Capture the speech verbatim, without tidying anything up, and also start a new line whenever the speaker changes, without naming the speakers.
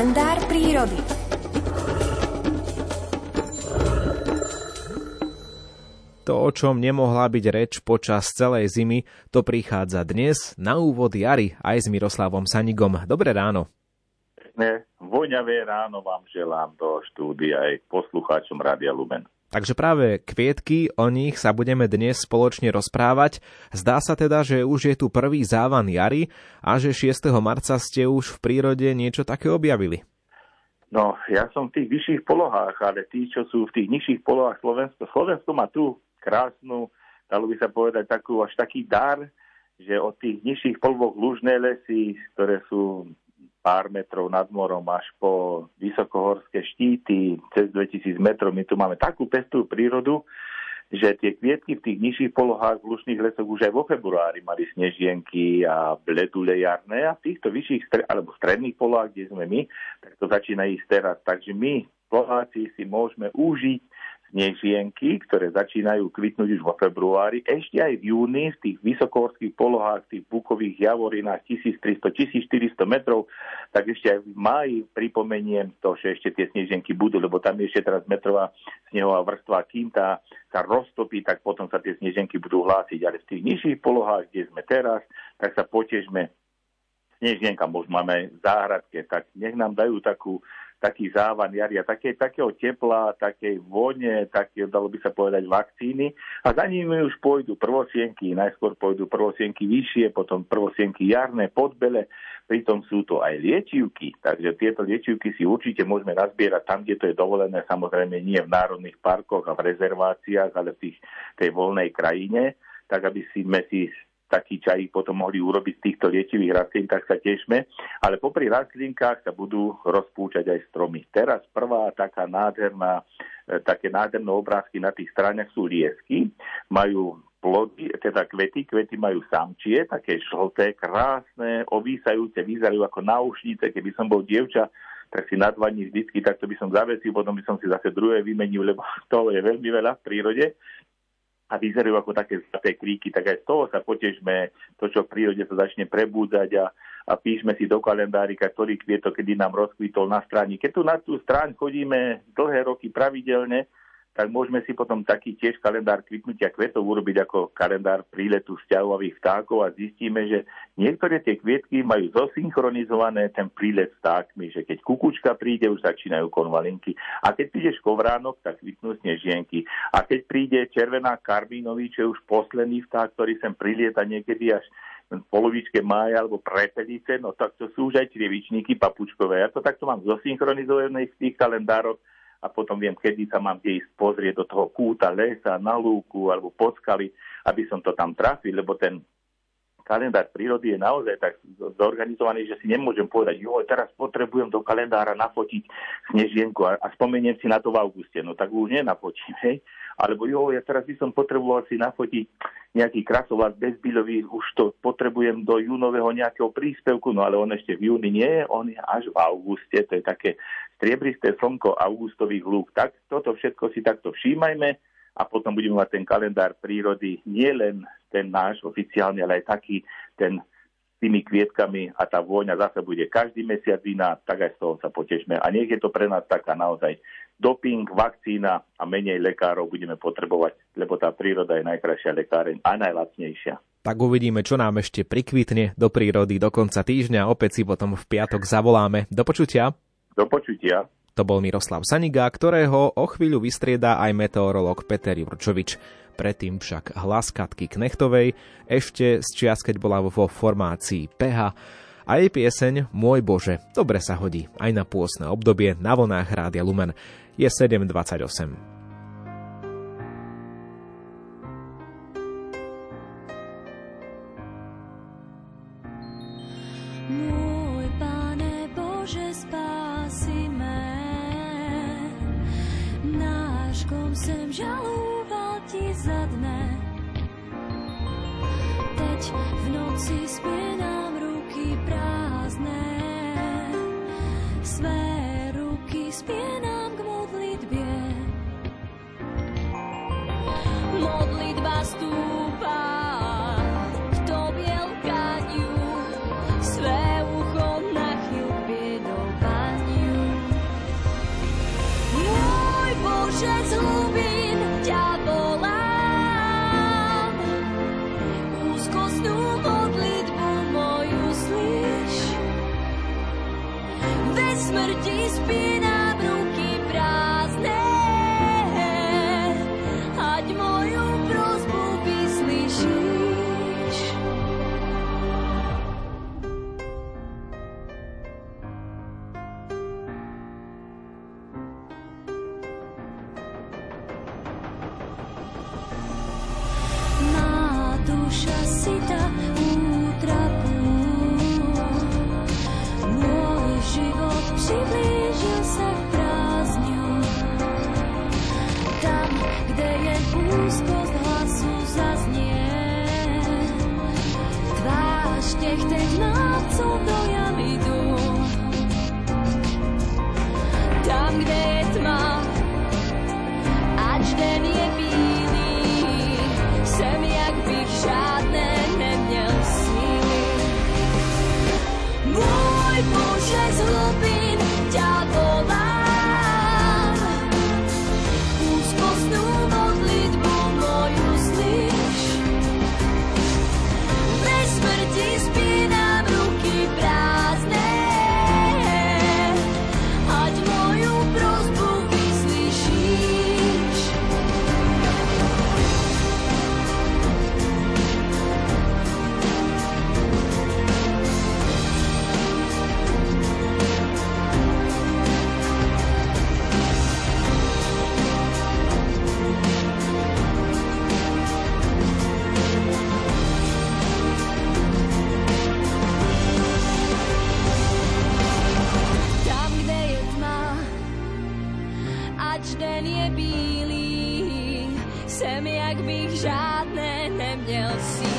Kalendár prírody.
To, o čom nemohla byť reč počas celej zimy, to prichádza dnes na úvod jary aj s Miroslavom Sanigom. Dobré ráno.
Ne, voňavé ráno vám želám do štúdia aj poslucháčom Rádia Lumen.
Takže práve kvietky, o nich sa budeme dnes spoločne rozprávať. Zdá sa teda, že už je tu prvý závan jary a že šiesteho marca ste už v prírode niečo také objavili.
No, ja som v tých vyšších polohách, ale tí, čo sú v tých nižších polohách Slovensko, Slovensko má tu krásnu, dalo by sa povedať, takú, až taký dar, že od tých nižších polohov lužné lesy, ktoré sú pár metrov nad morom až po vysokohorské štíty cez dvetisíc metrov. My tu máme takú pestrú prírodu, že tie kvietky v tých nižších polohách v lužných lesoch už aj vo februári mali snežienky a bledule jarné a v týchto vyšších stre- alebo stredných polohách, kde sme my, tak to začína ísť teraz. Takže my, Slováci, si môžeme užiť snežienky, ktoré začínajú kvitnúť už vo februári, ešte aj v júni v tých vysokohorských polohách, v tých bukových javorinách tisíctristo až tisícštyristo metrov, tak ešte aj v máji pripomeniem to, že ešte tie snežienky budú, lebo tam je ešte teraz metrová snehová vrstva, kým tá sa roztopí, tak potom sa tie snežienky budú hlásiť. Ale v tých nižších polohách, kde sme teraz, tak sa potežme snežienka, možno máme záhradke, tak nech nám dajú takú taký závan jaria, také, takého tepla, takej vône, také, dalo by sa povedať, vakcíny. A za nimi už pôjdu prvosienky, najskôr pôjdu prvosienky vyššie, potom prvosienky jarné, podbele, pritom sú to aj liečivky, takže tieto liečivky si určite môžeme nazbierať tam, kde to je dovolené, samozrejme nie v národných parkoch a v rezerváciách, ale v tých, tej voľnej krajine, tak aby si sme si taký čajík potom mohli urobiť z týchto liečivých rastlín, tak sa tešme. Ale popri rastlinkách sa budú rozpúčať aj stromy. Teraz prvá taká nádherná, také nádherné obrázky na tých stranách sú liesky. Majú plody, teda kvety, kvety majú samčie, také žlté, krásne, ovísajúce, vyzerajú ako náušnice. Keby som bol dievča, tak si na dva dní vždycky, takto by som zavesil, potom by som si zase druhé vymenil, lebo toho je veľmi veľa v prírode. A vyzerajú ako také zlaté kríky, tak aj z toho sa potežme, to, čo v prírode sa začne prebúdzať a, a píšme si do kalendárika, ktorý kvietok, kedy nám rozkvitol na stráni. Keď tu na tú stráň chodíme dlhé roky pravidelne, tak môžeme si potom taký tiež kalendár kvitnutia kvetov urobiť ako kalendár príletu vzťahových vtákov a zistíme, že niektoré tie kvietky majú zosynchronizované ten prílet vtákmi, že keď kukučka príde, už začínajú konvalinky. A keď príde škovránok, tak kvitnú snežienky. A keď príde červená karbínový, čo je už posledný vták, ktorý sem prilieta niekedy až v polovičke mája alebo prepelice, no tak to sú už aj črievičníky papučkové. Ja to takto mám zosynchronizované v tých kalendároch, a potom viem, kedy sa mám kde ísť pozrieť do toho kúta lesa, na lúku alebo pod skaly, aby som to tam trafil, lebo ten kalendár prírody je naozaj tak zorganizovaný, že si nemôžem povedať, jo, teraz potrebujem do kalendára nafotiť snežienku a, a spomeniem si na to v auguste, no tak už nenafotím, hej. Alebo jo, ja teraz by som potreboval si nafotiť nejaký krasovlak bezbyľový, už to potrebujem do júnového nejakého príspevku, no ale on ešte v júni nie je, on je až v auguste, to je také striebristé slnko augustových lúk. Tak toto všetko si takto všímajme a potom budeme mať ten kalendár prírody, nie len ten náš oficiálny, ale aj taký ten s tými kvietkami a tá vôňa zase bude každý mesiac iná, tak aj z toho sa potešme. A nech je to pre nás taká naozaj doping, vakcína a menej lekárov budeme potrebovať, lebo tá príroda je najkrajšia lekáreň a najlacnejšia.
Tak uvidíme, čo nám ešte prikvitne do prírody do konca týždňa. Opäť si potom v piatok zavoláme. Do počutia.
Do počutia.
To bol Miroslav Saniga, ktorého o chvíľu vystrieda aj meteorológ Peter Jurčovič. Predtým však hlas Katky Knechtovej, ešte z čias, keď bola vo formácii pé há, a jej pieseň Môj Bože dobre sa hodí aj na pôstne obdobie na vlnách Rádia Lumen. Je sedem dvadsaťosem.
Môj Pane Bože, spási me, náš kom sem žalúval ti za dne. Teď v noci spienám ruky prázdne, své ruky spienám k modlitbie. Modlitba stúpa k tobie lkaniu, své ucho nachyl k biedovaniu. smrti spínám ruky prázdne, ať moju prosbu vyslyšíš. Má duša sita útrapu, môj život priblížil sa k prázdňu. Tam, kde je úzkosť hlasu zaznie, tvář nechceť nácov do jam idú. Tam, kde je tma, ač den je bílý, sem jak bych žádné neměl síly. Môj Bože z hlbín ťa volám, úzkostnú modlitbu moju slyš. Bez smrti spínam ruky prázdne, ať moju prosbu vyslyšíš. Tam, kde je tma, ač den je bílý, sem jak bych žádné neměl síly.